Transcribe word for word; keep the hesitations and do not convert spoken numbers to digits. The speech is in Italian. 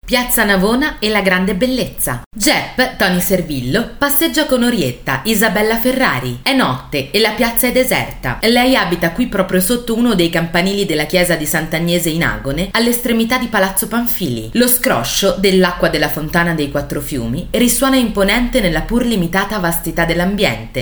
Piazza Navona e la grande bellezza. Jepp, Tony Servillo, passeggia con Orietta, Isabella Ferrari. È notte e la piazza è deserta. Lei abita qui proprio sotto uno dei campanili della chiesa di Sant'Agnese in Agone, all'estremità di Palazzo Panfili. Lo scroscio dell'acqua della fontana dei Quattro Fiumi risuona imponente nella pur limitata vastità dell'ambiente.